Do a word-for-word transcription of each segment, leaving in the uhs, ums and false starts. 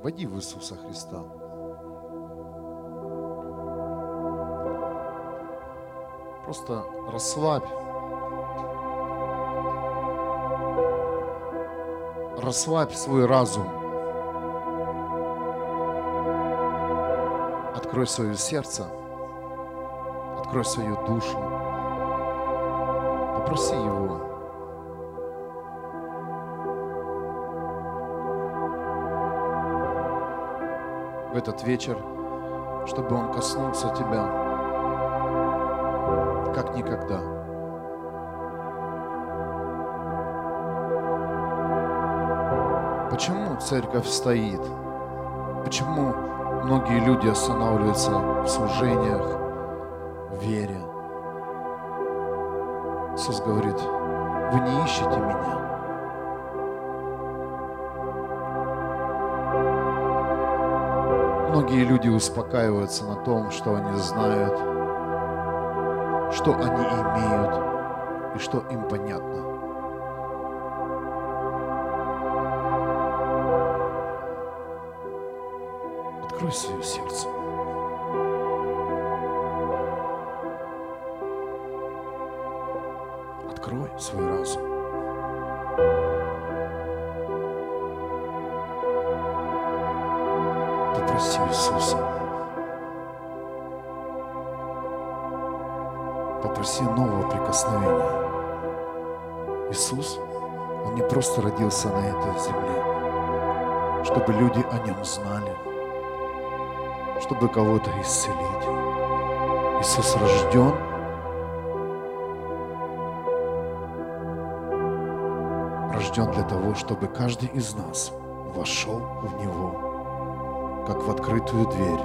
Войди в Иисуса Христа. Просто расслабь. Расслабь свой разум. Открой свое сердце. Открой свою душу. Попроси Его. В этот вечер, чтобы Он коснулся тебя, как никогда. Почему церковь стоит? Почему многие люди останавливаются в служениях, в вере? Иисус говорит: вы не ищете меня. Многие люди успокаиваются на том, что они знают, что они имеют и что им понятно. Открой свое сердце. Открой свой разум. Попроси Иисуса. Попроси нового прикосновения. Иисус, Он не просто родился на этой земле, чтобы люди о Нем знали, чтобы кого-то исцелить. Иисус рожден, рожден для того, чтобы каждый из нас вошел в Него, как в открытую дверь.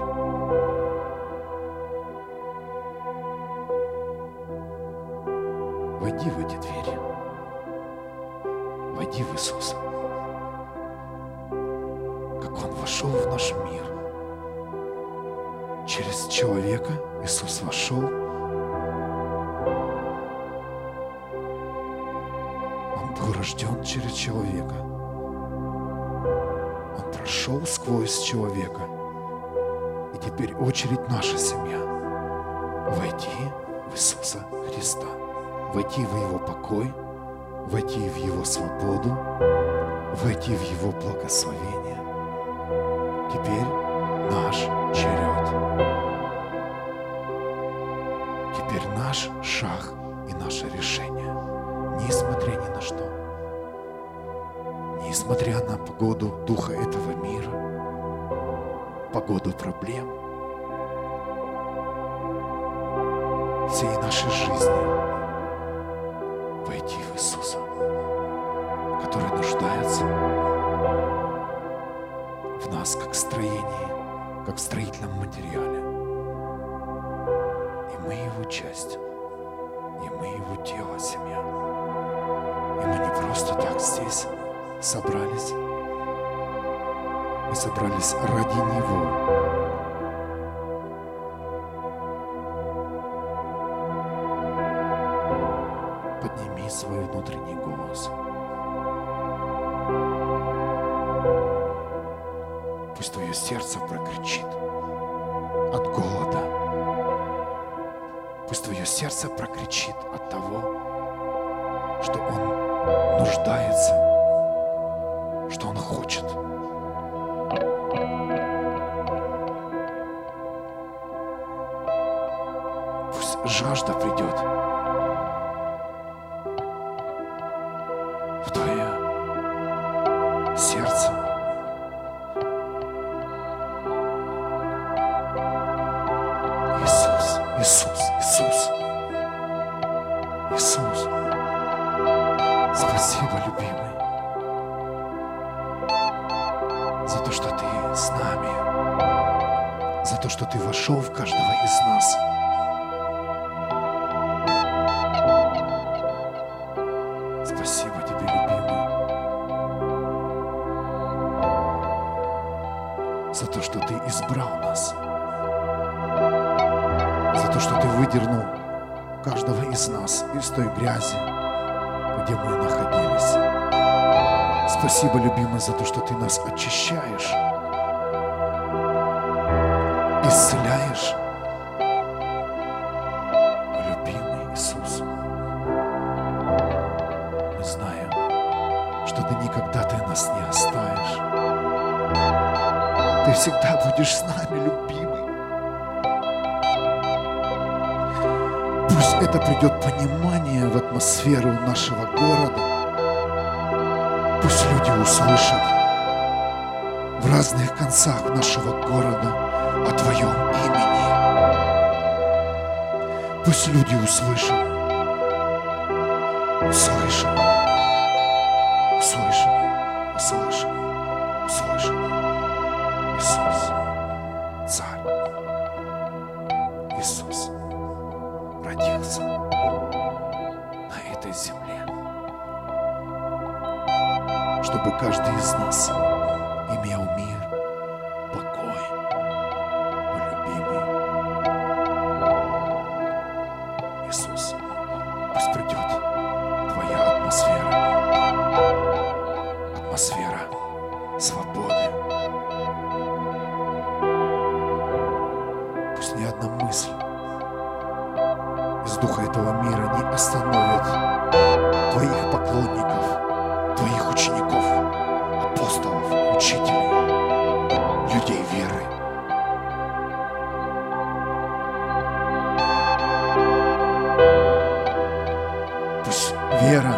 Войди в эти двери. Войди в Иисуса. Как Он вошел в наш мир. Через человека Иисус вошел. Он был рожден через человека. Он прошел сквозь человека. И теперь очередь наша семья. Войти в Иисуса Христа. Войти в Его покой. Войти в Его свободу. Войти в Его благословение. Теперь наш черед. Теперь наш шаг и наше решение. Несмотря ни на что. Несмотря на погоду духа этого мира. Погоду проблем. Всей нашей жизни. Войти в Иисуса, который нуждается в нас как в строении, как в строительном материале. И мы Его часть, и мы Его тело, семья. И мы не просто так здесь собрались. Мы собрались ради Него. Подними свой внутренний голос. Пусть твое сердце прокричит от голода. Пусть твое сердце прокричит от того, что Он нуждается, что Он хочет. Пусть жажда придет в твое сердце. Иисус, Иисус, Иисус, Иисус. Спасибо, любимый, за то, что Ты с нами, за то, что Ты вошел в каждого из нас. Спасибо Тебе, любимый, за то, что Ты избрал нас, за то, что Ты выдернул каждого из нас из той грязи, где мы находились. Спасибо, любимый, за то, что Ты нас очищаешь исцеляешь. Любимый Иисус, мы знаем, что Ты никогда Ты нас не оставишь. Ты всегда будешь с нами, любимый. Пусть это придет понимание в атмосферу нашего города. Пусть люди услышат в разных концах нашего города о Твоем имени. Пусть люди услышат, услышат, услышат, услышат, услышат. Иисус, Царь. Иисус родился на этой земле, чтобы каждый из нас имел мир, покой, мой любимый. Иисус, пусть придет Твоя атмосфера, атмосфера свободы. Пусть ни одна мысль из духа этого мира не остановит Твоих поклонников, Твоих учеников, апостолов, учителей, людей веры. Пусть вера,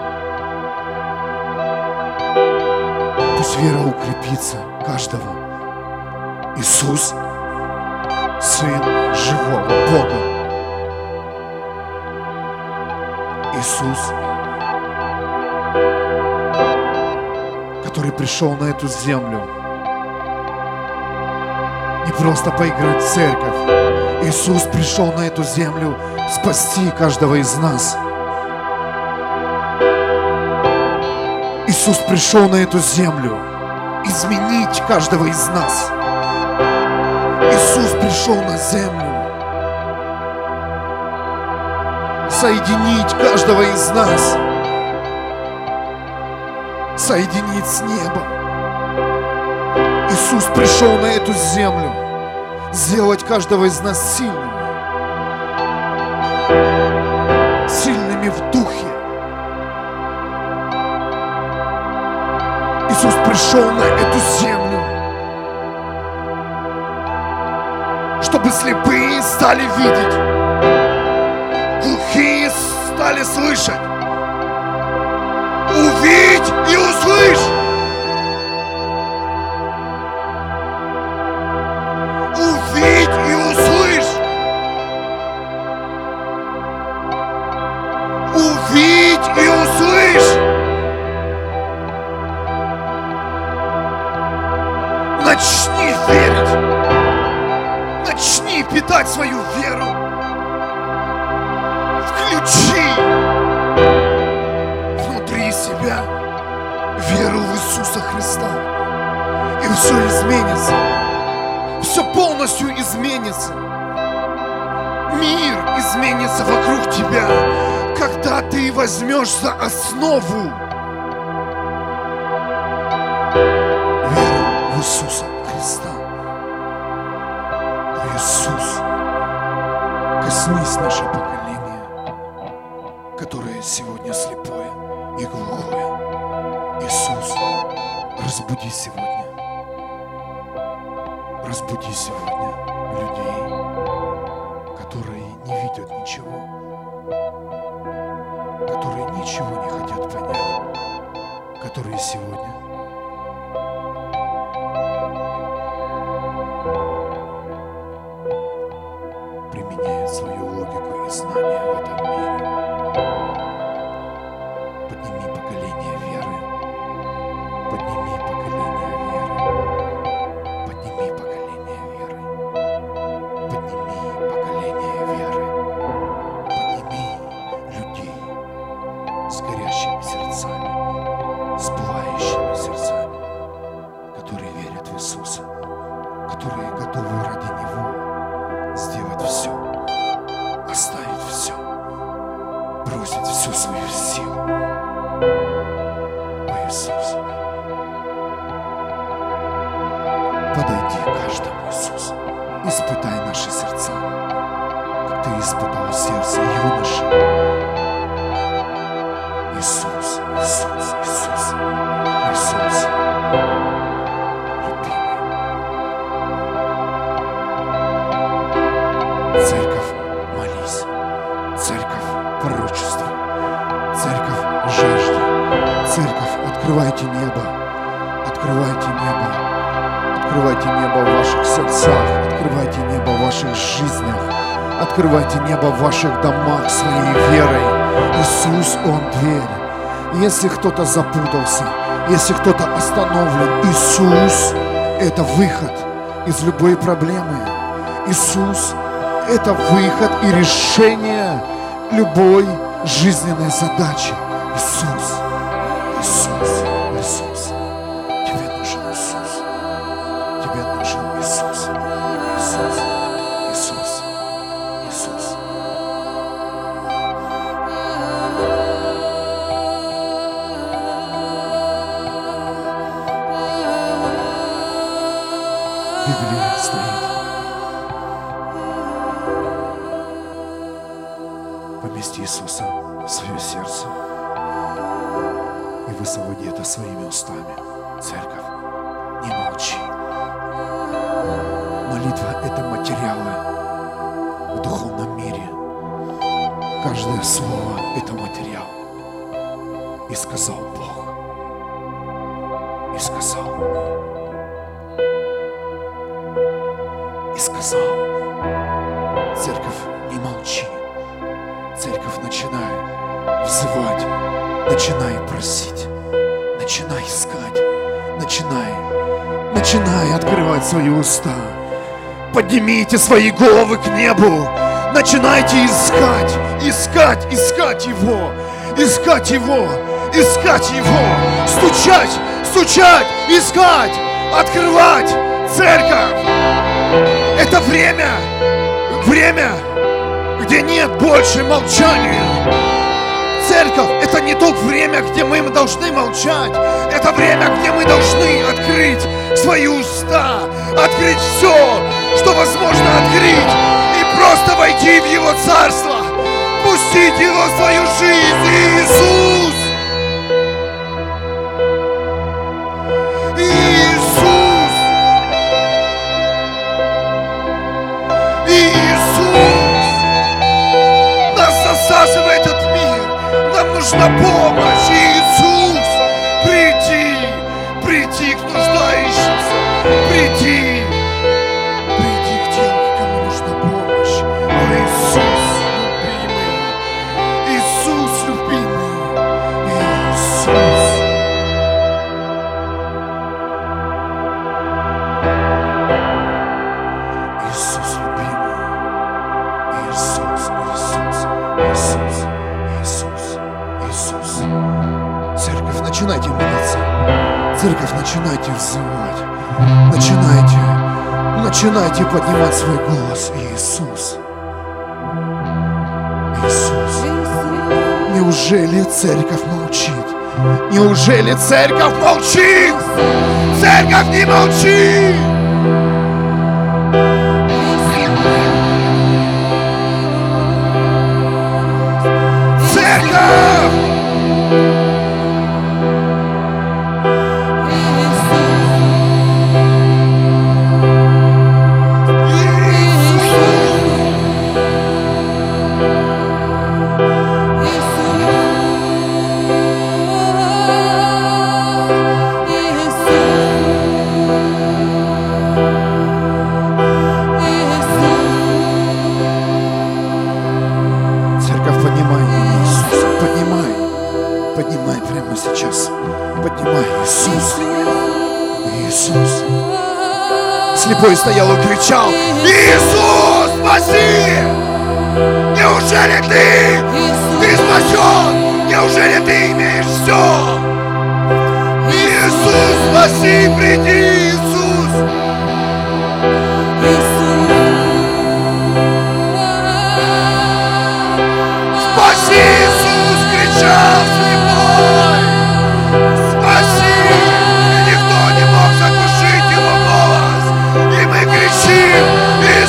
пусть вера укрепится каждого. Иисус, Сын живого Бога. Иисус, который пришел на эту землю не просто поиграть в церковь. Иисус пришел на эту землю спасти каждого из нас. Иисус пришел на эту землю изменить каждого из нас. Иисус пришел на землю соединить каждого из нас, соединить с небом. Иисус пришел на эту землю сделать каждого из нас сильными, сильными в духе. Иисус пришел на эту землю, чтобы слепые стали видеть, глухие стали слышать. Увидь и услышь. Увидь и услышь. Увидь и услышь. Начни верить. Начни питать свою веру. Включи внутри себя веру в Иисуса Христа. И все изменится. Все полностью изменится. Мир изменится вокруг тебя, когда ты возьмешь за основу веру в Иисуса Христа. Иисус, коснись наше поколение, которое сегодня слепое и глухое. Иисус, разбуди сегодня. Разбуди сегодня людей, которые не видят ничего, которые ничего не хотят понять, которые сегодня применяют свою логику и знания в этом мире. Подними поколение веры. Подними поколение веры. Подними поколение веры. Подними поколение веры. Подними людей с горящими сердцами, с пылающими сердцами, которые верят в Иисуса, которые готовы ради Него сделать все, оставить все, бросить всю свою силу. О, Иисус, подойди к каждому, Иисус, испытай наши сердца, как Ты испытал сердце юноши. Иисус, Иисус, Иисус, Иисус, любимый. Церковь, молись. Церковь, пророчество. Церковь, жажда. Церковь, открывайте небо. Открывайте небо. Открывайте небо в ваших сердцах. Открывайте небо в ваших жизнях. Открывайте небо в ваших домах своей верой. Иисус, Он дверь. Если кто-то запутался, если кто-то остановлен, Иисус – это выход из любой проблемы. Иисус – это выход и решение любой жизненной задачи. Иисус, Иисус, Иисус. Тебе нужен Иисус. Тебе нужен Иисус. Иисус, Иисус, Иисус. Библия стоит. Помести Иисуса в свое сердце и высвободи это своими устами. Церковь, не молчи. Молитва – это материалы в духовном мире. Каждое слово – это материал. И сказал Бог. И сказал. И сказал. Церковь, не молчи. Церковь, начинай взывать, начинай просить, начинай искать, начинай, начинай открывать свои уста. Поднимите свои головы к небу, начинайте искать, искать, искать Его, искать Его, искать Его, стучать, стучать, искать, открывать. Церковь, это время, время, где нет больше молчания. Церковь – это не то время, где мы должны молчать. Это время, где мы должны открыть свои уста, открыть все, что возможно открыть, и просто войти в Его Царство, пустить Его в свою жизнь. Иисус! Иисус! Иисус! Засасывает этот мир. Нам нужна помощь. Иисус, приди, приди к нуждающимся, приди, приди к тем, кому нужна помощь. О, Иисус, любимый, Иисус, любимый, Иисус. Иисус, любимый, Иисус, Иисус. Иисус, Иисус, Иисус. Церковь, начинайте молиться. Церковь, начинайте взывать. Начинайте, начинайте поднимать свой голос. Иисус. Иисус. Неужели церковь молчит? Неужели церковь молчит? Церковь, не молчи! Сейчас поднимай, Иисус, Иисус. Слепой стоял и кричал: Иисус, спаси! Неужели ты? Ты спасен! Неужели ты имеешь все? Иисус, спаси, приди, Иисус! Спаси, Иисус, кричал слепой! Спаси! И никто не мог заглушить его голос! И мы кричим: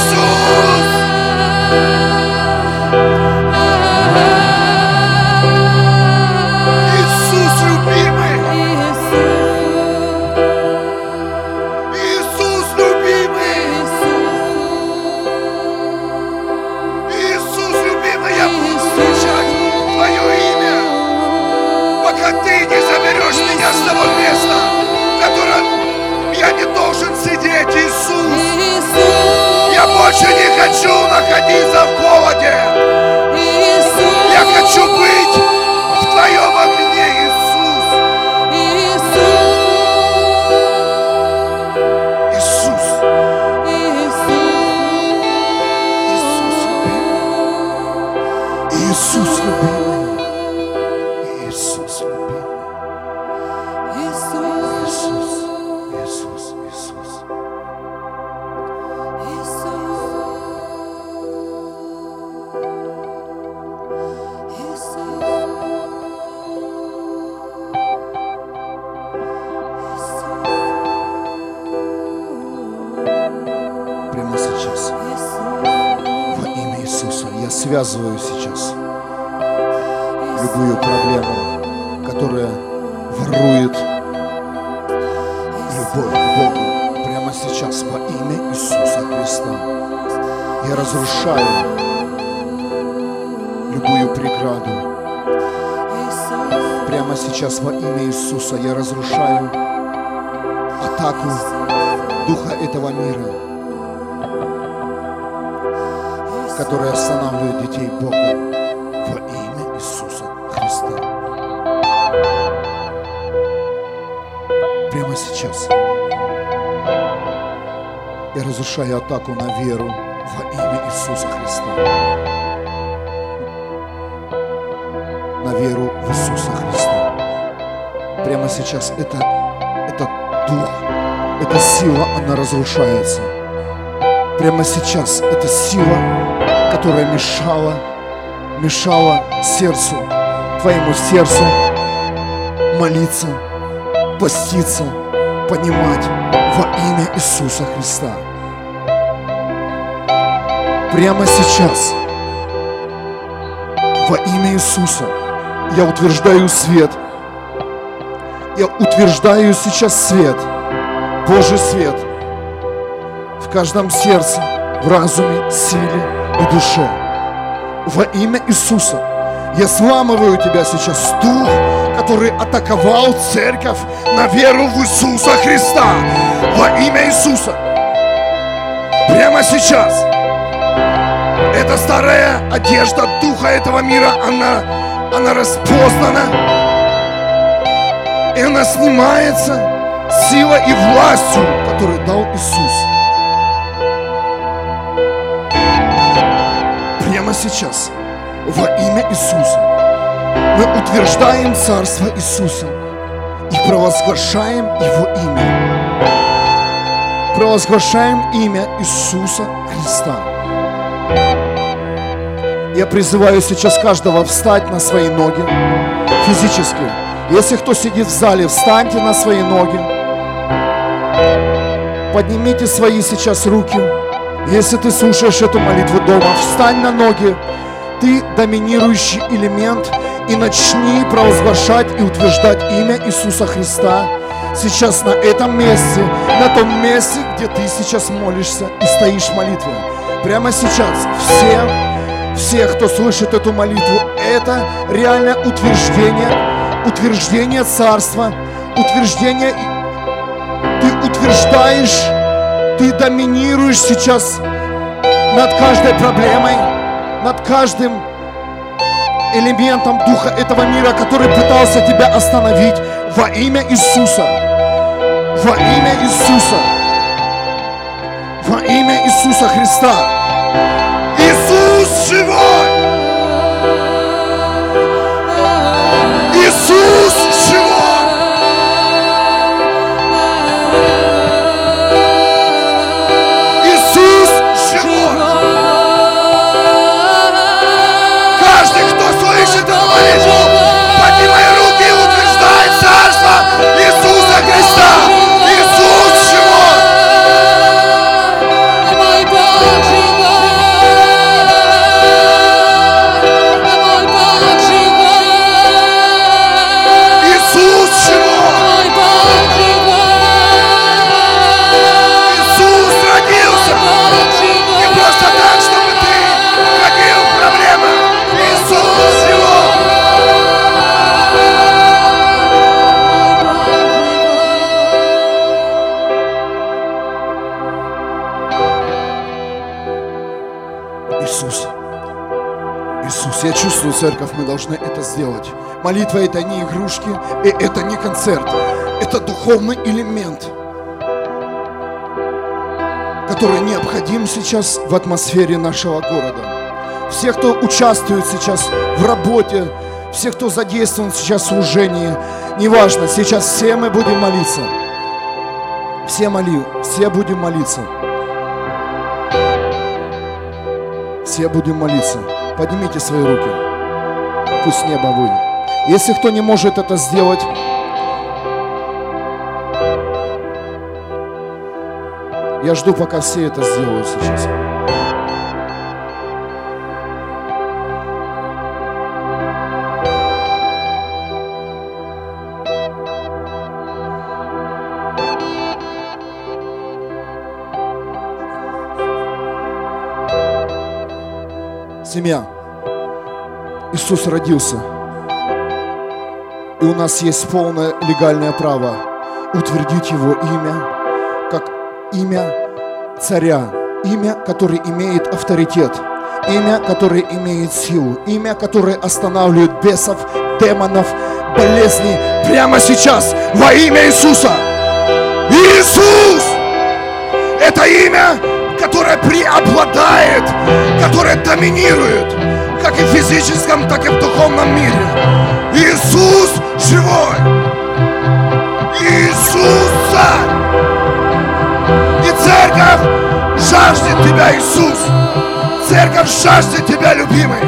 связываю сейчас любую проблему, которая ворует любовь к Богу. Прямо сейчас во имя Иисуса Христа я разрушаю любую преграду. Прямо сейчас во имя Иисуса я разрушаю атаку духа этого мира, который останавливает детей Бога во имя Иисуса Христа. Прямо сейчас я разрушаю атаку на веру во имя Иисуса Христа. На веру в Иисуса Христа. Прямо сейчас это, этот дух, эта сила, она разрушается. Прямо сейчас эта сила, которая мешала, мешала сердцу, твоему сердцу молиться, поститься, понимать во имя Иисуса Христа. Прямо сейчас во имя Иисуса я утверждаю свет. Я утверждаю сейчас свет, Божий свет в каждом сердце, в разуме, силе и душе. Во имя Иисуса я сламываю тебя сейчас, дух, который атаковал церковь на веру в Иисуса Христа. Во имя Иисуса. Прямо сейчас эта старая одежда духа этого мира, она, она распознана, и она снимается силой и властью, которую дал Иисус. Прямо сейчас, во имя Иисуса, мы утверждаем Царство Иисуса и провозглашаем Его имя. Провозглашаем имя Иисуса Христа. Я призываю сейчас каждого встать на свои ноги физически. Если кто сидит в зале, встаньте на свои ноги. Поднимите свои сейчас руки. Если ты слушаешь эту молитву дома, встань на ноги. Ты доминирующий элемент, и начни провозглашать и утверждать имя Иисуса Христа сейчас на этом месте, на том месте, где ты сейчас молишься и стоишь в молитве. Прямо сейчас все, все, кто слышит эту молитву, это реальное утверждение, утверждение Царства, утверждение, ты утверждаешь, ты доминируешь сейчас над каждой проблемой, над каждым элементом духа этого мира, который пытался тебя остановить во имя Иисуса. Во имя Иисуса. Во имя Иисуса Христа. Иисус живой! Иисус живой! Иисус живой! Каждый, кто слышит эту молитву, поднимай руки и утверждай Царство Иисуса Христа! Иисус живой! Мой Бог живой! Мой Бог живой! Иисус живой! Мой Бог живой! Иисус родился! Бог живой! Не просто так, чтобы ты ходил в проблемы! Иисус живой! Иисус, Иисус, я чувствую, церковь, мы должны это сделать. Молитва — это не игрушки, и это не концерт. Это духовный элемент, который необходим сейчас в атмосфере нашего города. Все, кто участвует сейчас в работе, все, кто задействован сейчас в служении, неважно, сейчас все мы будем молиться. Все молим, все будем молиться. Все будем молиться. Поднимите свои руки. Пусть небо выйдет. Если кто не может это сделать, я жду, пока все это сделают сейчас. Семья. Иисус родился. И у нас есть полное легальное право утвердить Его имя, как имя царя, имя, которое имеет авторитет, имя, которое имеет силу, имя, которое останавливает бесов, демонов, болезней прямо сейчас во имя Иисуса. Иисус! Это имя, которое преобладает, которое доминирует, как и в физическом, так и в духовном мире. Иисус живой! Иисус царь! И церковь жаждет Тебя, Иисус! Церковь жаждет Тебя, любимый!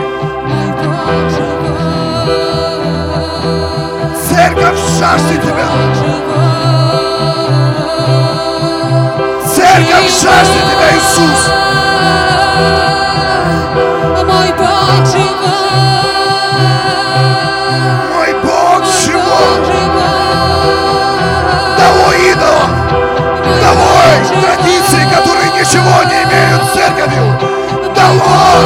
Церковь жаждет Тебя! Церковь жаждет Тебя, Иисус! Мой Бог живой! Мой Бог живой! Того идола, того традиции, которые ничего не имеют с церковью, того,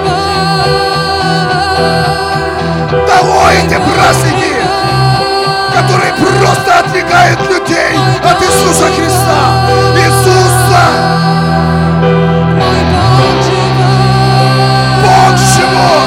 того эти праздники, которые просто отвлекают людей от Иисуса Христа. Иисуса! Бог живой!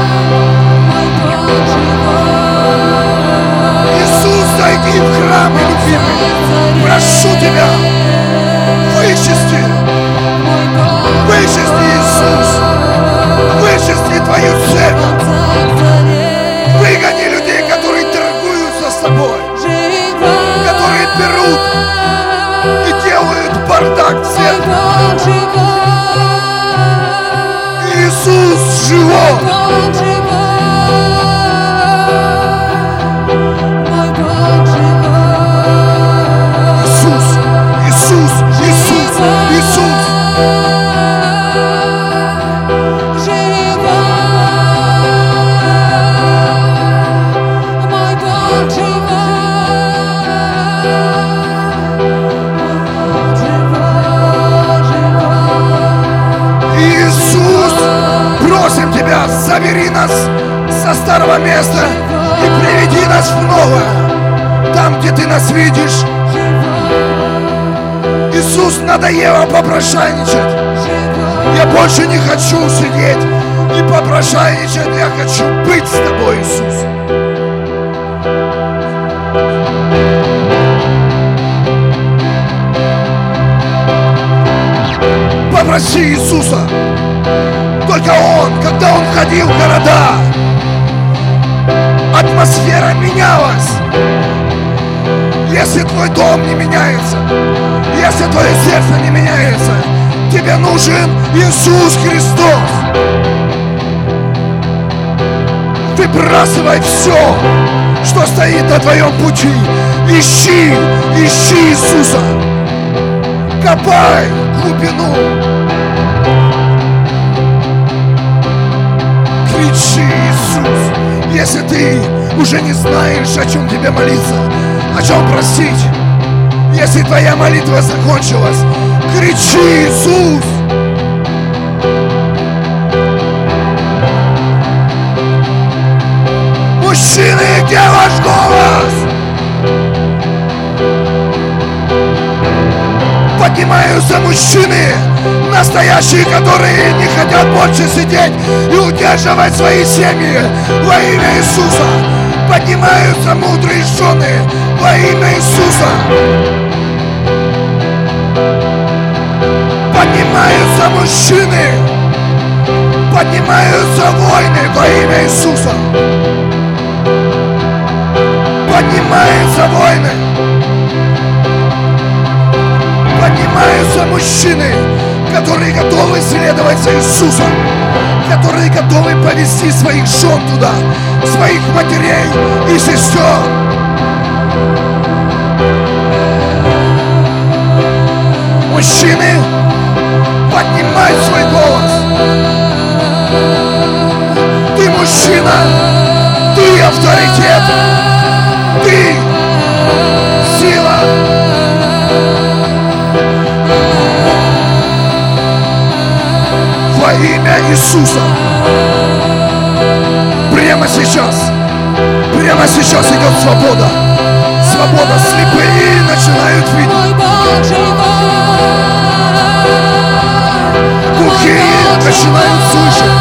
Иисус, зайди в храм, любимый! Прошу Тебя! Вычисти! Вычисти, Иисус! Вычисти Твою церковь! Выгони людей, которые торгуются с Тобой! Которые берут и делают бардак в церкви! Иисус живой! Иисус! Иисус! Иисус! Иисус! Просим Тебя, забери нас со старого места и приведи нас в новое, там, где Ты нас видишь. Иисус, надоело попрошайничать. Я больше не хочу сидеть и попрошайничать. Я хочу быть с Тобой, Иисус. Попроси Иисуса. Только Он, когда Он входил в города, атмосфера менялась. Если твой дом не меняется, если твое сердце не меняется, тебе нужен Иисус Христос. Выбрасывай все, что стоит на твоем пути. Ищи, ищи Иисуса. Копай глубину. Кричи, Иисус, если ты уже не знаешь, о чем тебе молиться, о чем просить, если твоя молитва закончилась, кричи, Иисус! Мужчины, где ваш голос? Поднимаются мужчины, настоящие, которые не хотят больше сидеть и удерживать свои семьи во имя Иисуса. Поднимаются мудрые жены во имя Иисуса. Поднимаются мужчины, поднимаются войны во имя Иисуса. Поднимаются войны. Поднимаются мужчины, которые готовы следовать за Иисусом, которые готовы повести своих жен туда, своих матерей и сестер. Мужчины, поднимай свой голос. Ты мужчина, ты авторитет, ты сила. Во имя Иисуса. Прямо сейчас идет свобода. Свобода. Слепые начинают видеть. Глухие начинают слышать.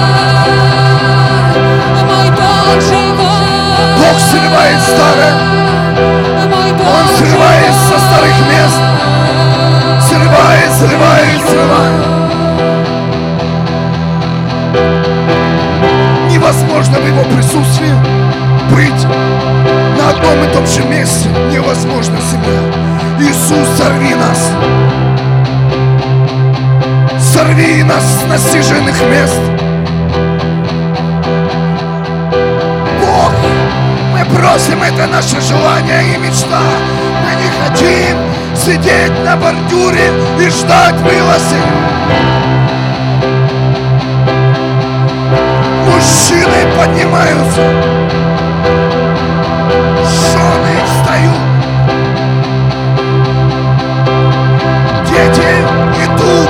Бог срывает старое. Он срывает со старых мест. Срывает, срывает, срывает. Невозможно в Его присутствии быть на одном и том же месте. Невозможно, семья. Иисус, сорви нас. Сорви нас с насиженных мест. Бог, мы просим, это наше желание и мечта. Мы не хотим сидеть на бордюре и ждать милости. Мужчины поднимаются, жены встают, дети идут,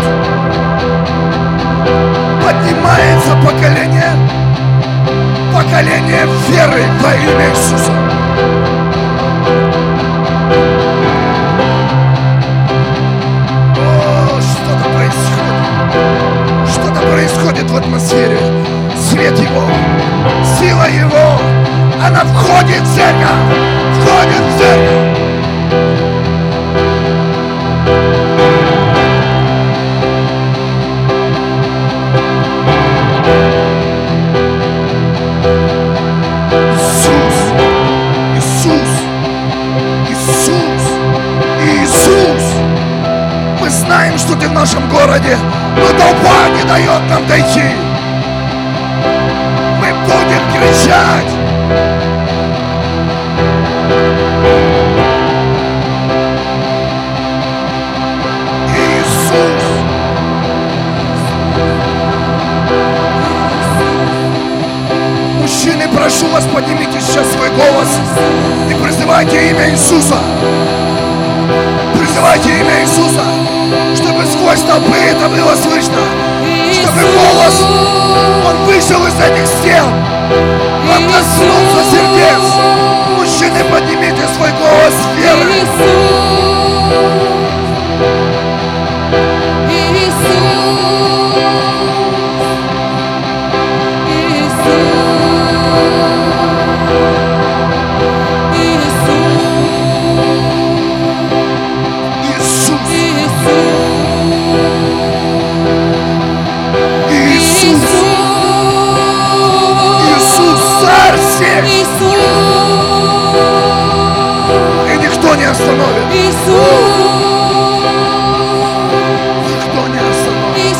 поднимается поколение, поколение веры во имя Иисуса. О, что-то происходит, что-то происходит в атмосфере. Свет Его, сила Его, она входит в церковь, входит в церковь. Иисус, Иисус, Иисус, Иисус. Мы знаем, что Ты в нашем городе, но толпа не дает нам дойти. Будем кричать. Иисус. Мужчины, прошу вас, поднимите сейчас свой голос и призывайте имя Иисуса. Призывайте имя Иисуса, чтобы сквозь толпы это было слышно. Чтобы голос, он вышел из этих стен, он коснулся сердец. Мужчины, поднимите свой голос веры. И никто не остановит. Никто не остановит.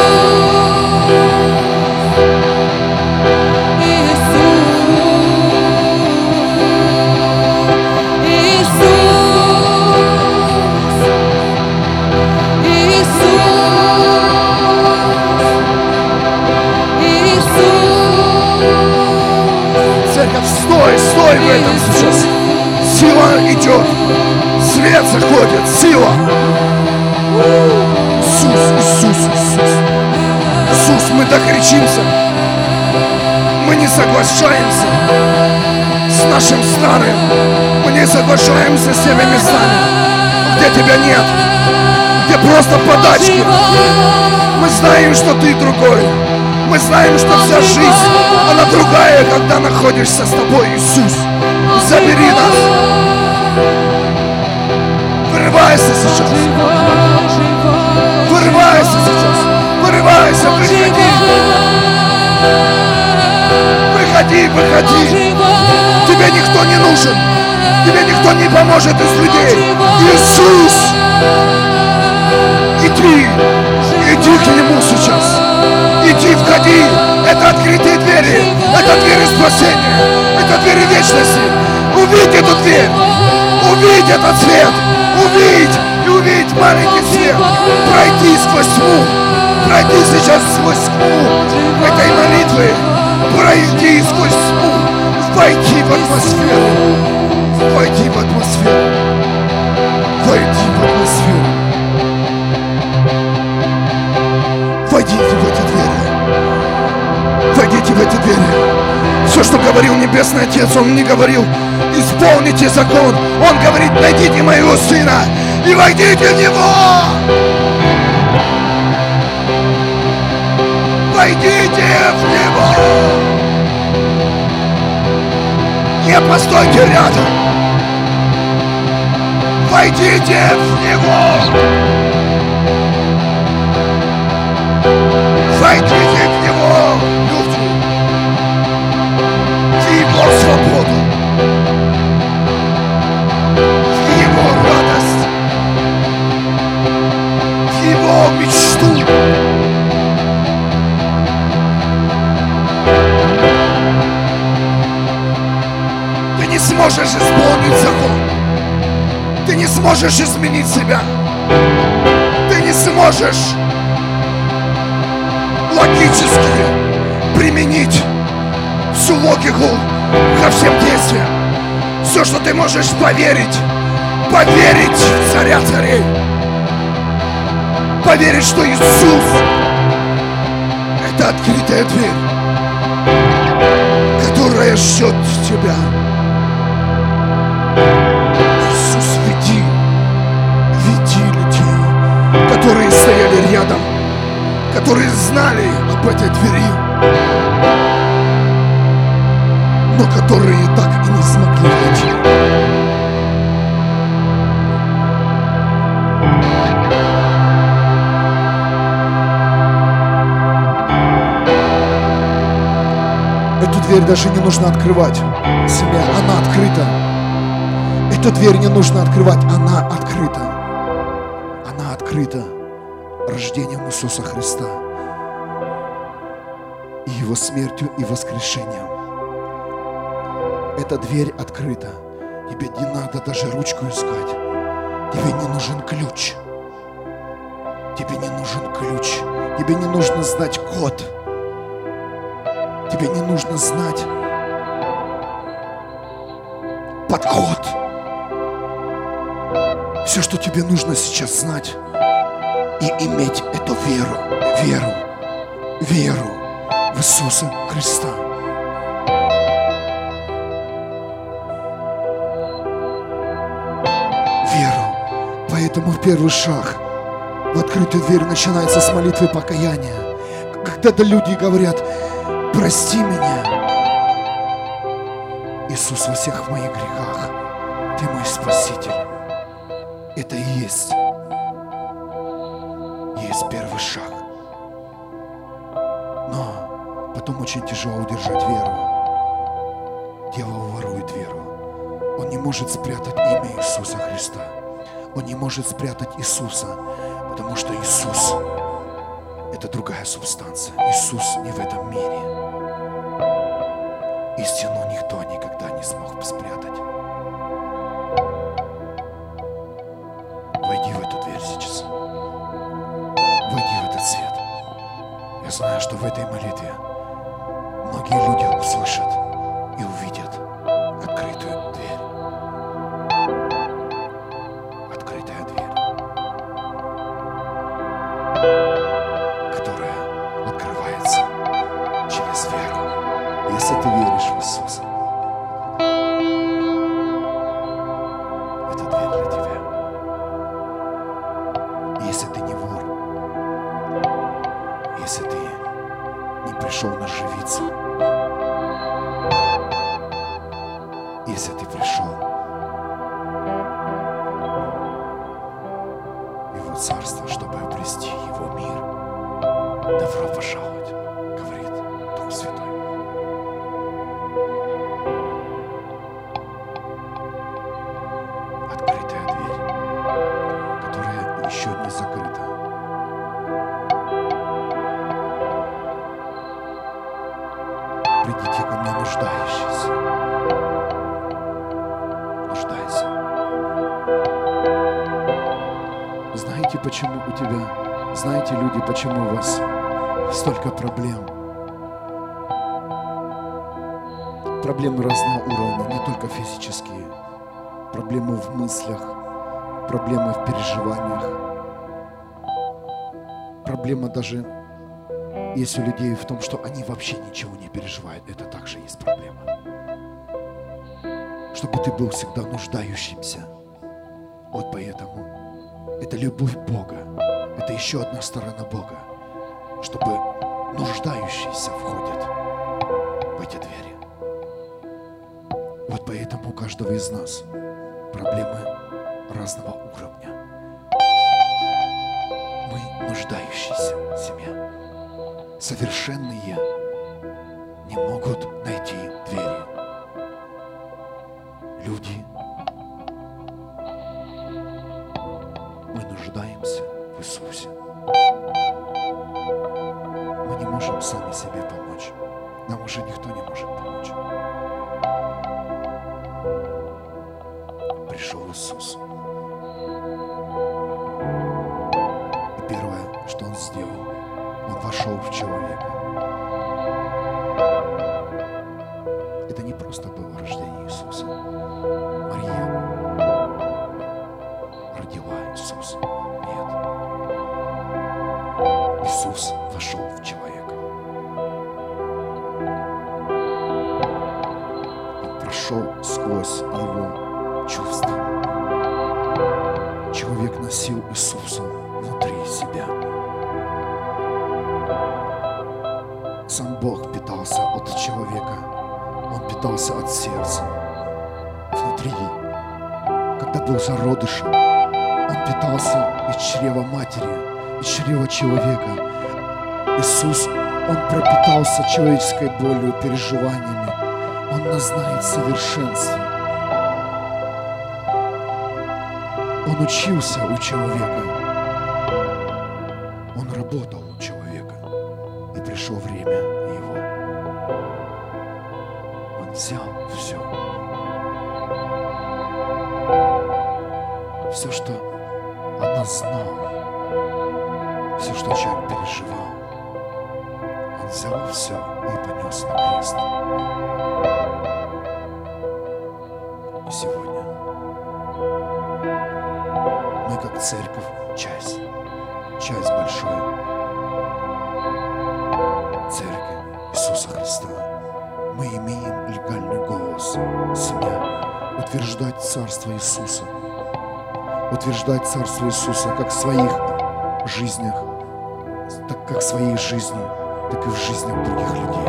Церковь, стой, стой в этом сейчас. Сила идет, свет заходит, сила. Иисус, Иисус, Иисус. Иисус, мы докричимся. Мы не соглашаемся с нашим старым. Мы не соглашаемся с теми местами, где Тебя нет, где просто подачки. Мы знаем, что Ты другой. Мы знаем, что вся жизнь, она другая, когда находишься с Тобой, Иисус. Забери нас. Вырывайся сейчас. Вырывайся сейчас. Вырывайся, выходи. Выходи, выходи. Тебе никто не нужен. Тебе никто не поможет из людей. Иисус. Иди. Иди к Нему сейчас. Иди, входи. Это открытые двери. Это двери спасения. Это двери вечности. Увидь эту дверь. Увидь этот свет. Увидь. И увидь маленький свет. Пройди сквозь тьму. Пройди сейчас сквозь тьму этой молитвы. Пройди сквозь тьму. Войди в атмосферу. Войди в атмосферу. Войди в атмосферу. Войдите в эти двери. Войдите в эти двери. Все, что говорил Небесный Отец, Он не говорил: исполните закон. Он говорит: найдите моего Сына и войдите в Него. Войдите в Него. Не постойте рядом. Войдите в Него. Войдите в Него, люди. В Его свободу. В Его радость. В Его мечту. Ты не сможешь исполнить закон. Ты не сможешь изменить себя. Ты не сможешь логически применить всю логику ко всем действиям. Все, что ты можешь поверить, поверить в Царя Царей, поверить, что Иисус — это открытая дверь, которая ждет тебя. Иисус, веди, веди людей, которые стояли рядом, которые знали об этой двери, но которые так и не смогли войти. Эту дверь даже не нужно открывать себе, она открыта. Эту дверь не нужно открывать, она открыта. Она открыта рождением Иисуса Христа и Его смертью и воскрешением. Эта дверь открыта. Тебе не надо даже ручку искать. Тебе не нужен ключ. Тебе не нужен ключ. Тебе не нужно знать код. Тебе не нужно знать подход. Все, что тебе нужно сейчас знать и иметь эту веру, веру, веру в Иисуса Христа. Веру. Поэтому первый шаг в открытую дверь начинается с молитвы покаяния. Когда-то люди говорят: прости меня, Иисус, во всех моих грехах. Ты мой Спаситель. Это и есть, есть первый шаг. Но потом очень тяжело удержать веру. Дьявол ворует веру. Он не может спрятать имя Иисуса Христа. Он не может спрятать Иисуса, потому что Иисус – это другая субстанция. Иисус не в этом мире. Истину никто никогда не смог бы спрятать. Войди в эту дверь сейчас. Войди в этот свет. Я знаю, что в этой молитве многие люди услышат и увидят открытую дверь. Открытая дверь, которая открывается через веру. Если ты веришь в Иисуса, это дверь для тебя. Если ты не вор, если ты не пришел наживиться, если ты пришел в Его Царство, чтобы обрести Его мир, добро пожаловать, говорит Дух Святой. Открытая дверь, которая еще не закрыта. Придите ко мне, нуждающиеся. Нуждайся. Знаете, почему у тебя, знаете, люди, почему у вас столько проблем? Проблемы разного уровня, не только физические. Проблемы в мыслях, проблемы в переживаниях. Проблема даже есть у людей в том, что они вообще ничего не переживают. Это также есть проблема. Чтобы ты был всегда нуждающимся. Вот поэтому это любовь Бога. Это еще одна сторона Бога. Чтобы нуждающиеся входят в эти двери. Вот поэтому у каждого из нас проблемы разного уровня. Мы нуждающиеся семья. Совершенные не могут найти двери. Люди, мы нуждаемся в Иисусе. Мы не можем сами себе помочь. Нам уже никто не может помочь. Пришел Иисус. И первое, что Он сделал, Он вошел в человека. Это не просто было рождение Иисуса. Мария родила Иисуса. Нет. Иисус вошел в человека. Он прошел сквозь его чувства. Человек носил Иисуса внутри себя. Сам Бог питался от человека. Он питался от сердца. Внутри, когда был зародышем, Он питался из чрева матери, из чрева человека. Иисус, Он пропитался человеческой болью, переживаниями. Он нас знает в совершенстве. Он учился у человека. Он работал у человека. И пришло время Его. Он взял все. Все, что от нас знал. Все, что человек переживал. Он взял все и понес на крест. И сегодня мы как церковь, часть, часть большой церкви Иисуса Христа. Мы имеем легальный голос, семья, утверждать Царство Иисуса. Утверждать Царство Иисуса как в своих жизнях, так как в своей жизни, так и в жизнях других людей.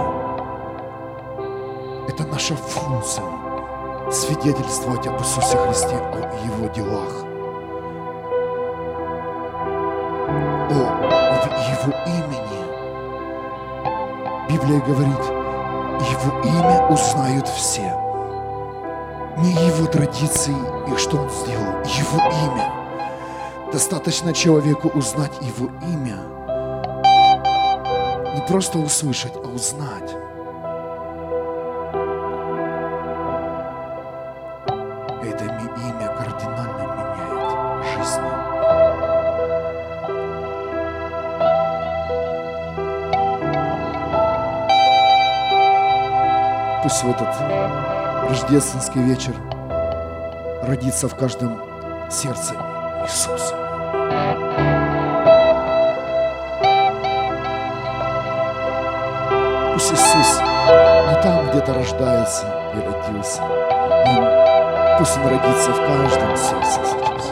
Это наша функция — свидетельствовать об Иисусе Христе, о Его делах, о Его имени. Библия говорит, Его имя узнают все. Не Его традиции, и что Он сделал, Его имя. Достаточно человеку узнать Его имя. Не просто услышать, а узнать. Это имя кардинально меняет жизнь. Пусть в этот рождественский вечер родится в каждом сердце Иисус. Пусть Иисус не там где-то рождается и родился. Он, пусть Он родится в каждом сердце сейчас.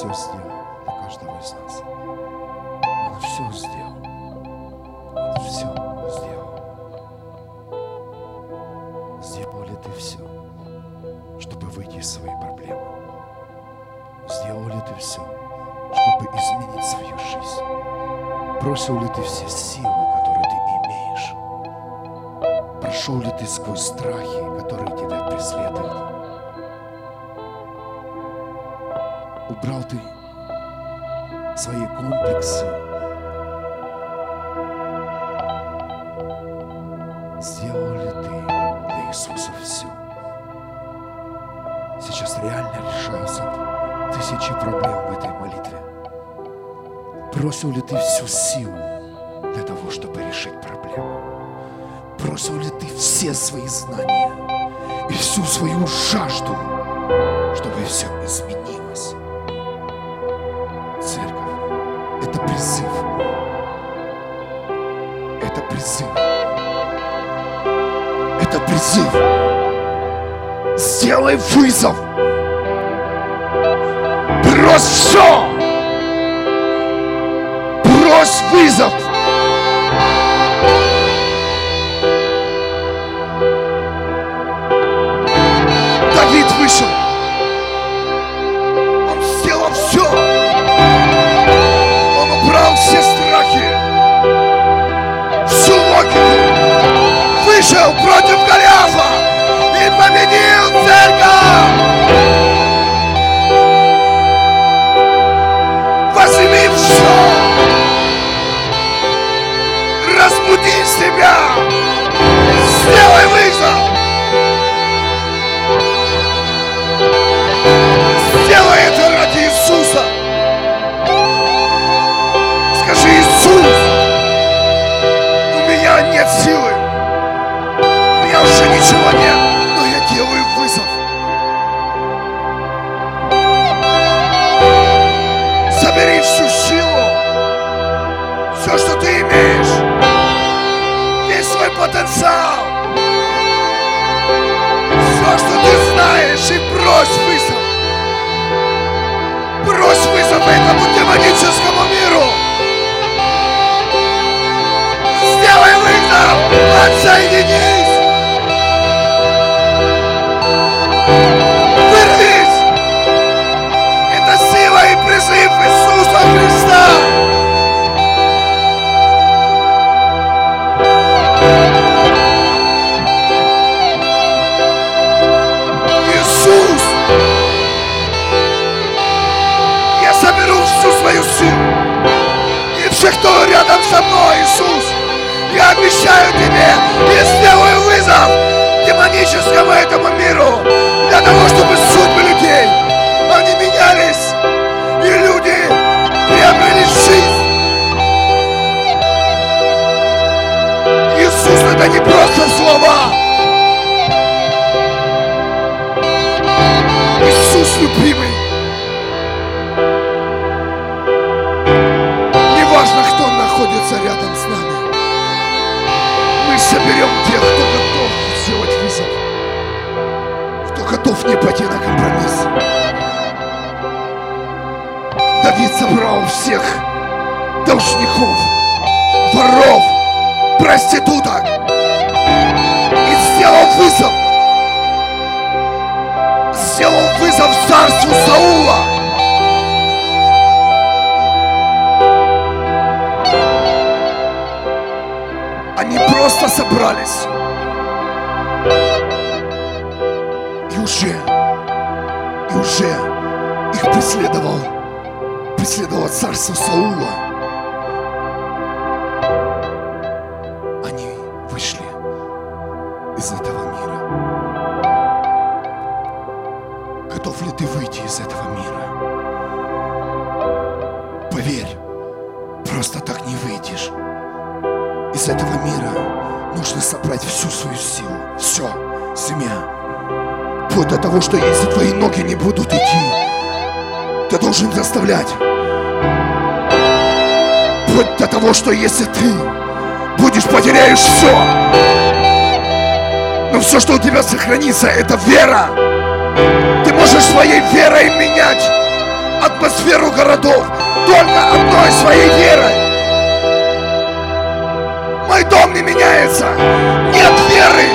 все сделал для каждого из нас. Он все сделал. Он все сделал. Сделал ли ты все, чтобы выйти из своей проблемы? Сделал ли ты все, чтобы изменить свою жизнь? Бросил ли ты все силы, которые ты имеешь? Прошел ли ты сквозь страхи, которые тебя преследуют? Убрал ты свои комплексы? Сделал ли ты для Иисуса все? Сейчас реально решаются тысячи проблем в этой молитве. Бросил ли ты всю силу для того, чтобы решить проблему? Бросил ли ты все свои знания и всю свою жажду, чтобы все изменилось? Церковь – это призыв. Это призыв. Это призыв. Сделай вызов. Брось все. Брось вызов. Давид вышел. Он сделал все. Он убрал все страхи, всю логику. Вышел против Голиафа и победил церковь. Возьми все. Разбуди себя. Сделай вызов. Сделай это ради Иисуса. Скажи: Иисус, у меня нет силы. У меня уже ничего нет, но я делаю вызов. Собери всю силу, все, что ты имеешь, весь свой потенциал, все, что ты знаешь, и брось вызов. Брось вызов этому демоническому миру. Сделай вызов, отсоединись. Вырвись. Это сила и призыв Иисуса Христа. Иисус, я соберу всю свою силу и всех, кто рядом со мной, Иисус. Я обещаю тебе и сделаю вызов демоническому этому миру для того, чтобы судьбы людей, они менялись, и люди приобрели жизнь. Иисус, это не просто слова. Иисус любимый. Неважно, кто находится рядом с нами. Мы соберем тех, кто готов сделать вызов, кто готов не пойти на компромисс. Давид собрал всех должников, воров, проституток и сделал вызов. Сделал вызов царству Саула. Они просто собрались. И уже, и уже их преследовал, преследовало царство Саула. Они вышли из этого мира. Готов ли ты выйти из этого мира? Поверь, просто так не выйдешь. Из этого мира нужно собрать всю свою силу. Все, семья. Вплоть до того, что если твои ноги не будут идти, ты должен заставлять. Вплоть до того, что если ты будешь, потеряешь все. Но все, что у тебя сохранится, это вера. Ты можешь своей верой менять атмосферу городов только одной своей верой. Мой дом не меняется. Нет веры.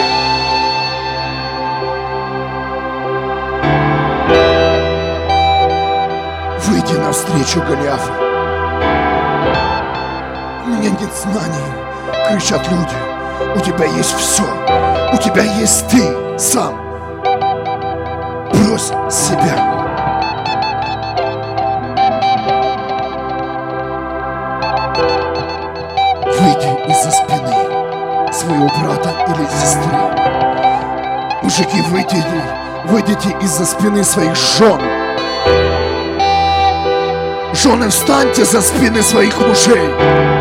Выйди навстречу Голиафу. У меня нет знаний, кричат люди. У тебя есть все. У тебя есть ты сам. Брось себя. Выйди из-за спины своего брата или сестры. Мужики, выйдите, выйдите из-за спины своих жен. Жены, встаньте за спины своих мужей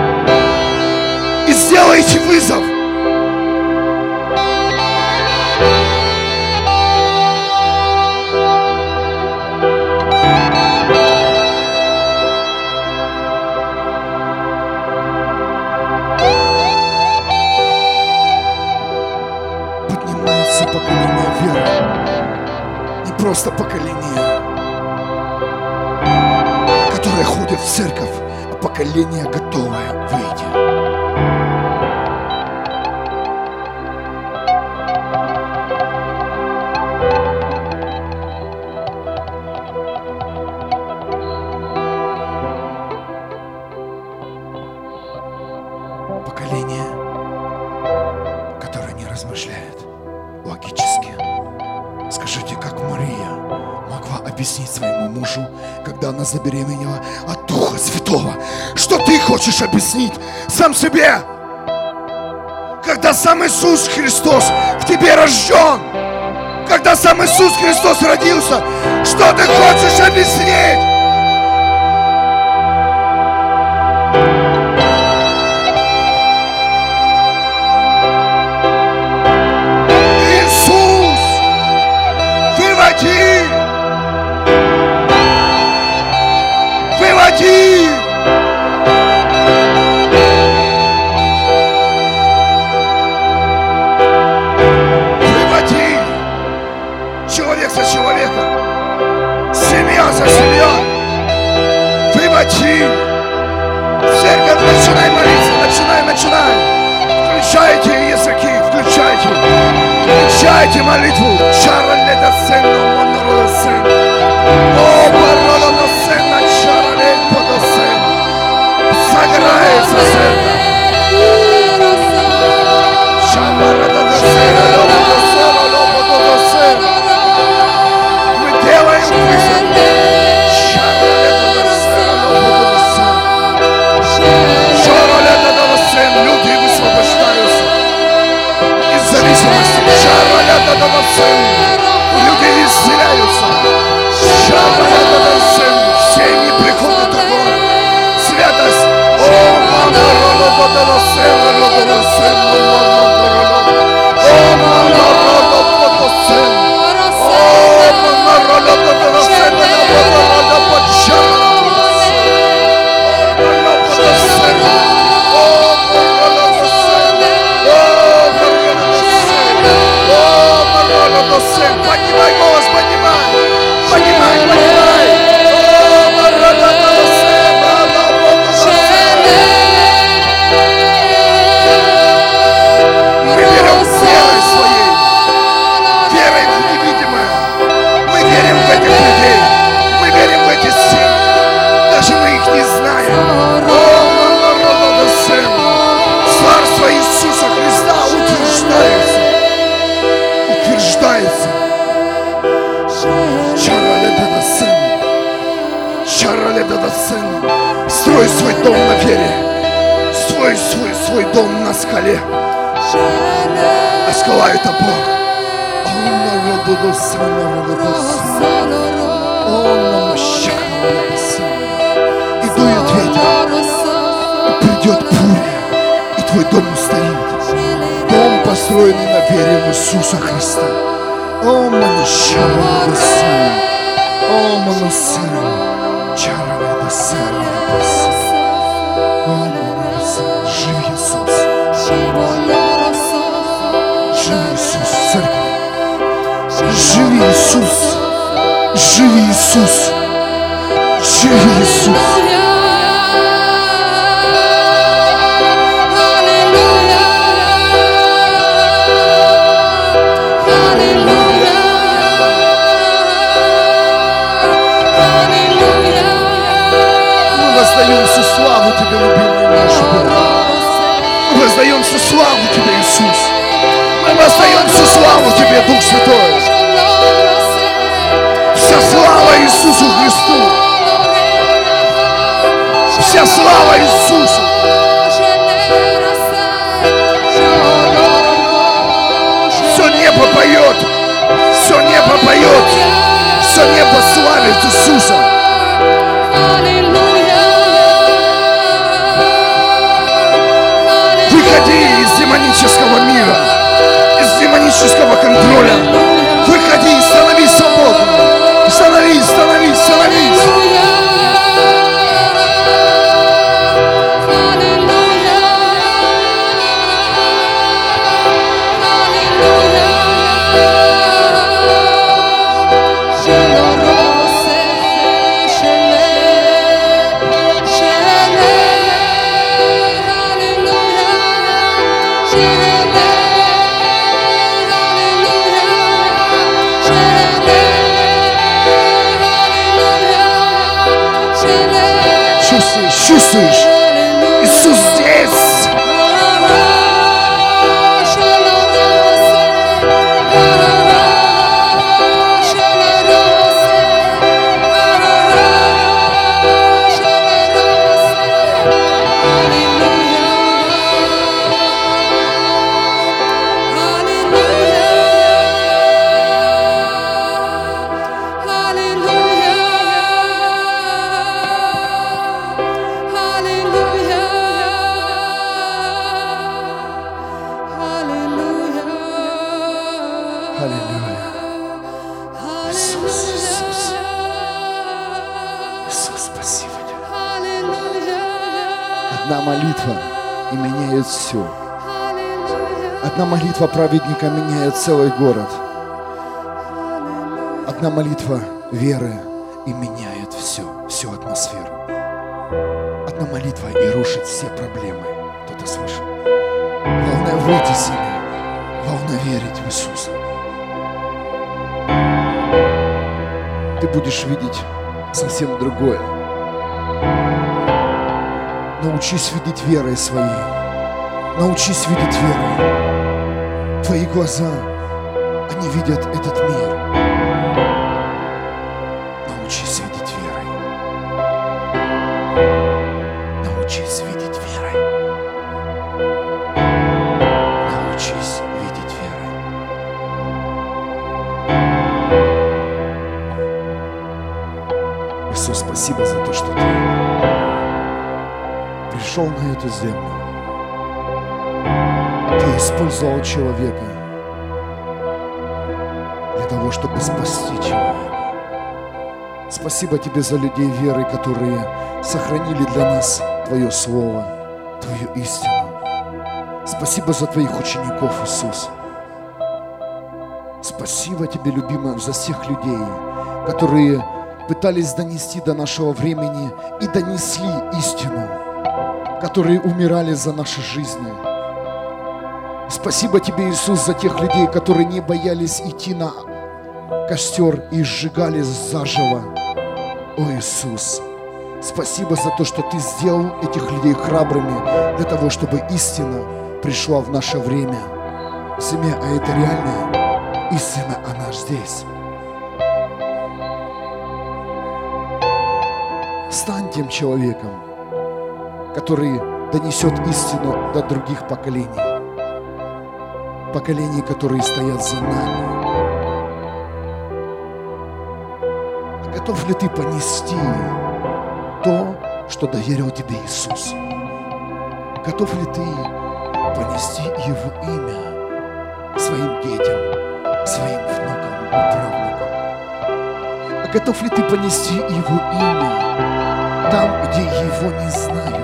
и сделайте вызов. Поднимается поколение веры, не просто поколение, которое ходит в церковь, а поколение готовое выйти. Поколение, которое не размышляет логически. Скажите, как Мария могла объяснить своему мужу, когда она забеременела от Духа Святого? Что ты хочешь объяснить сам себе, когда сам Иисус Христос в тебе рожден? Когда сам Иисус Христос родился, что ты хочешь объяснить? Иисус, выводи! Выводи! Выводи! Человек за человеком, семья за семьей. Выводи! Церковь, начинай молиться, начинай, начинай! Включайте языки, включайте! Включайте молитву! Чара леда сена, монорода сена. О, паролода сена, чара леда сена. Сограется церковь! Чара леда сена, леда сена, леда сена. Мы делаем вызов! Чара леда сена, леда сена. Чара леда сена, люди высвобождаются из зависимости. Чара леда сена, люди исцеляются. Чара леда сена, семьи приходят огонь, святость. О, мама, леда сена, леда сена, о, мама, леда сена. О, мама, леда сена, леда сена. Поднимай голос, поднимай, поднимай, поднимай. Мы верим верой своей, верой в невидимое. Мы верим в этих людей, мы верим в эти силы, даже мы их не знаем. Царство Иисуса Христа утверждается, утверждается. Строй свой дом на вере, строй свой, свой дом на скале. А скала — это Бог. И дует ветер, и придет буря, и твой дом устоит. Дом, построенный на вере в Иисуса Христа. О, манишара, о, манусара, чара, о, жив Иисус, жив Иисус, церковь, жив Иисус, жив Иисус, Мощи Иисус. Воздаем всю славу Тебе, любимый наш Бог. Мы воздаем всю славу Тебе, Иисус. Мы воздаем всю славу Тебе, Дух Святой. Вся слава Иисусу Христу. Вся слава Иисусу. Все небо поет. Все небо поет. Все небо славит Иисуса. Выходи из демонического мира, из демонического контроля. Выходи и становись свободным. Становись, становись, становись. Чувствуешь? Иисус здесь. Одна молитва и меняет все. Одна молитва праведника меняет целый город. Одна молитва веры и меняет все, всю атмосферу. Одна молитва и рушит все проблемы. Кто-то слышит? Главное выйти с ними. Главное верить в Иисуса. Ты будешь видеть совсем другое. Научись видеть верой своей. Научись видеть верой. Твои глаза, они видят этот мир. Научись видеть верой. Научись видеть верой. Научись видеть верой. Иисус, спасибо за то, что Ты пришел на эту землю. Ты использовал человека для того, чтобы спасти человека. Спасибо Тебе за людей веры, которые сохранили для нас Твое Слово, Твою истину. Спасибо за Твоих учеников, Иисус. Спасибо Тебе, любимый, за всех людей, которые пытались донести до нашего времени и донесли истину, которые умирали за наши жизни. Спасибо Тебе, Иисус, за тех людей, которые не боялись идти на костер и сжигали заживо. О, Иисус, спасибо за то, что Ты сделал этих людей храбрыми для того, чтобы истина пришла в наше время. Семья, а это реальная истина, она здесь. Стань тем человеком, который донесет истину до других поколений. Поколений, которые стоят за нами. А готов ли ты понести то, что доверил тебе Иисус? Готов ли ты понести Его имя своим детям, своим внукам и правнукам? А готов ли ты понести Его имя там, где Его не знают?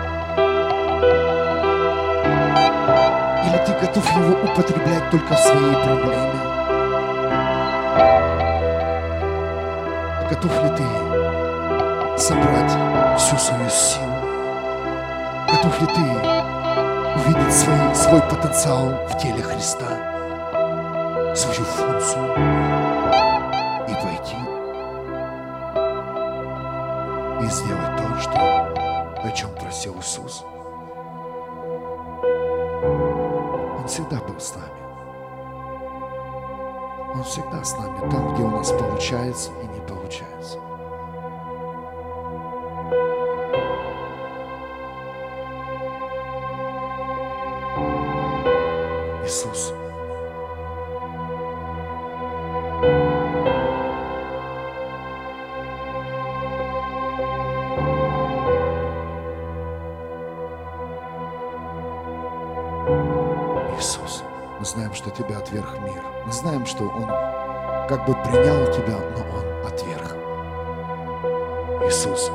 Или ты готов Его употреблять только в своей проблеме? А готов ли ты собрать всю свою силу? Готов ли ты увидеть свой, свой потенциал в теле Христа, свою функцию и пойти и сделать то, что, о чем просил Иисус? Он всегда был с нами. Он всегда с нами там, где у нас получается и не получается. Иисус. Иисус. Мы знаем, что Тебя отверг мир. Мы знаем, что Он как бы принял Тебя, но Он отверг. Иисус.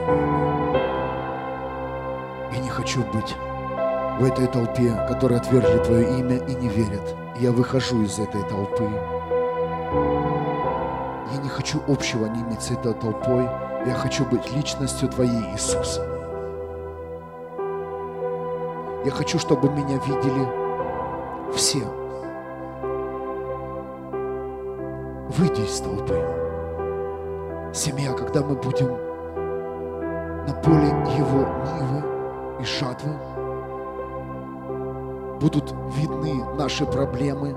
Я не хочу быть в этой толпе, которые отвергли Твое имя и не верят. Я выхожу из этой толпы. Я не хочу общего не иметь с этой толпой. Я хочу быть личностью Твоей, Иисус. Я хочу, чтобы меня видели все. Выйди из толпы. Семья, когда мы будем на поле Его нивы и жатвы, будут видны наши проблемы.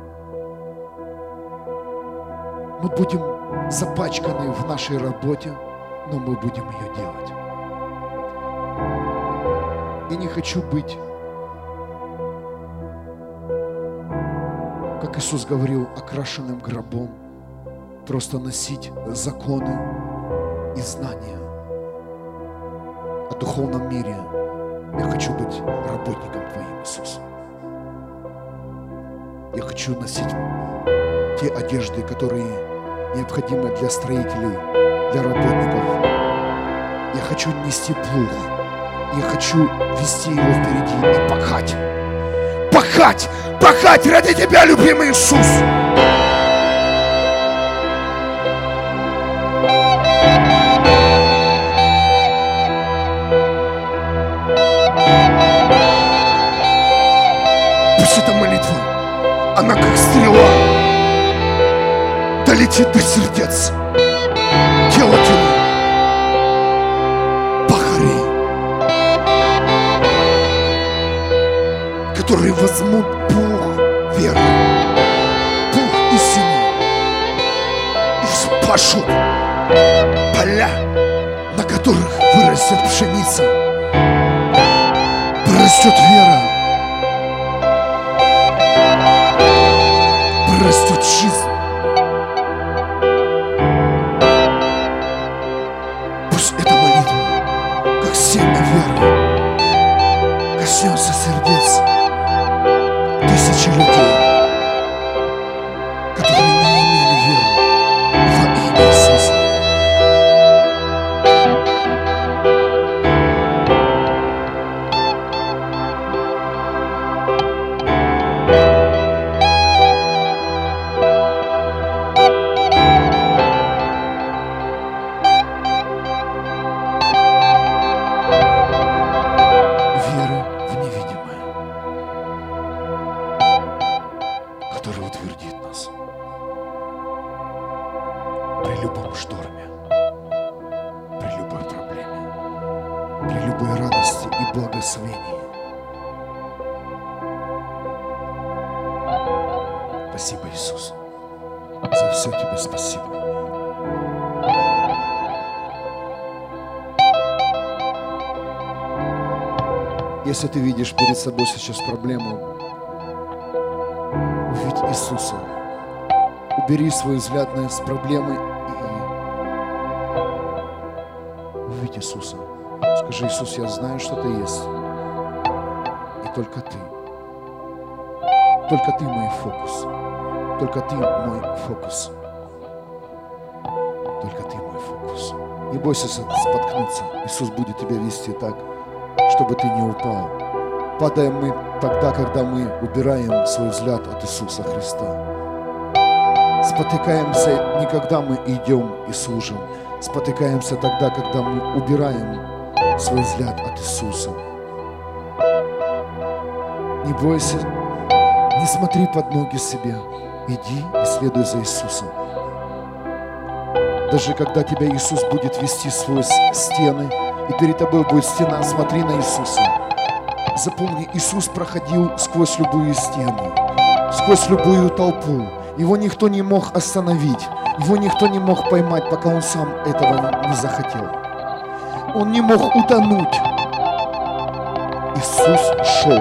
Мы будем запачканы в нашей работе, но мы будем ее делать. Я не хочу быть, как Иисус говорил, окрашенным гробом, просто носить законы и знания о духовном мире. Я хочу быть работником Твоим, Иисус. Я хочу носить те одежды, которые необходимы для строителей, для работников. Я хочу нести плуг. Я хочу вести его впереди и пахать. Пахать! Пахать ради Тебя, любимый Иисус! Пусть эта молитва, она как стрела, долетит до сердец, делателей, пахарей, которые возьмут пух веры, пух истины и вспашут поля, на которых вырастет пшеница, прорастет вера, прорастет жизнь. Пусть эта молитва, как семя веры, коснется сердец тысячи людей, которые не имели веры во имя Иисуса. Спасибо, Иисус. За все Тебе спасибо. Если ты видишь перед собой сейчас проблему, увидь Иисуса. Убери свой взгляд с проблемы и увидь Иисуса. Скажи: Иисус, я знаю, что Ты есть. И только Ты. Только Ты мой фокус. Только Ты мой фокус. Только Ты мой фокус. Не бойся споткнуться. Иисус будет тебя вести так, чтобы ты не упал. Падаем мы тогда, когда мы убираем свой взгляд от Иисуса Христа. Спотыкаемся не когда мы идем и служим. спотыкаемся тогда, когда мы убираем свой взгляд от Иисуса. Не бойся, не смотри под ноги себе. Иди и следуй за Иисусом. Даже когда тебя Иисус будет вести сквозь стены, и перед тобой будет стена, смотри на Иисуса. Запомни, Иисус проходил сквозь любую стену, сквозь любую толпу. Его никто не мог остановить, его никто не мог поймать, пока он сам этого не захотел. Он не мог утонуть. Иисус шел.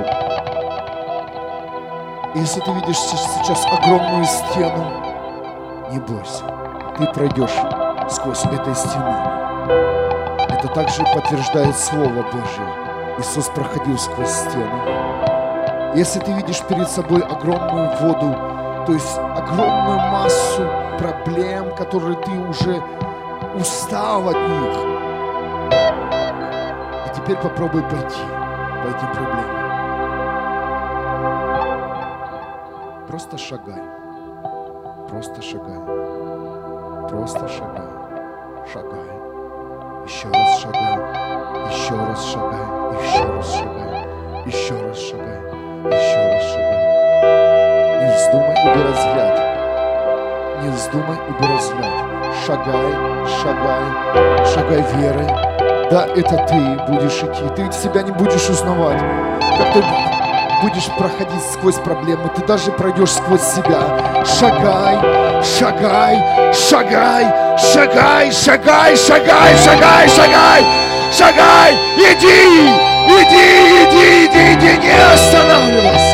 Если ты видишь сейчас огромную стену, не бойся, ты пройдешь сквозь этой стены. Это также подтверждает Слово Божье. Иисус проходил сквозь стены. Если ты видишь перед собой огромную воду, то есть огромную массу проблем, которые ты уже устал от них, и теперь попробуй пойти по этим проблемам. Просто шагай. Просто шагай. Просто шагай. Шагай. Еще раз шагай. Еще раз шагай. Еще раз шагай. Еще раз шагай. Еще раз шагай. Не вздумай убирать взгляд. Не вздумай убирать взгляд. Шагай, шагай, шагай верой. Да, это ты будешь идти. Ты себя не будешь узнавать. Как ты будешь проходить сквозь проблемы, ты даже пройдешь сквозь себя. Шагай, шагай, шагай, шагай, шагай, шагай, шагай, шагай, шагай, иди, иди, иди, иди, иди, не останавливайся.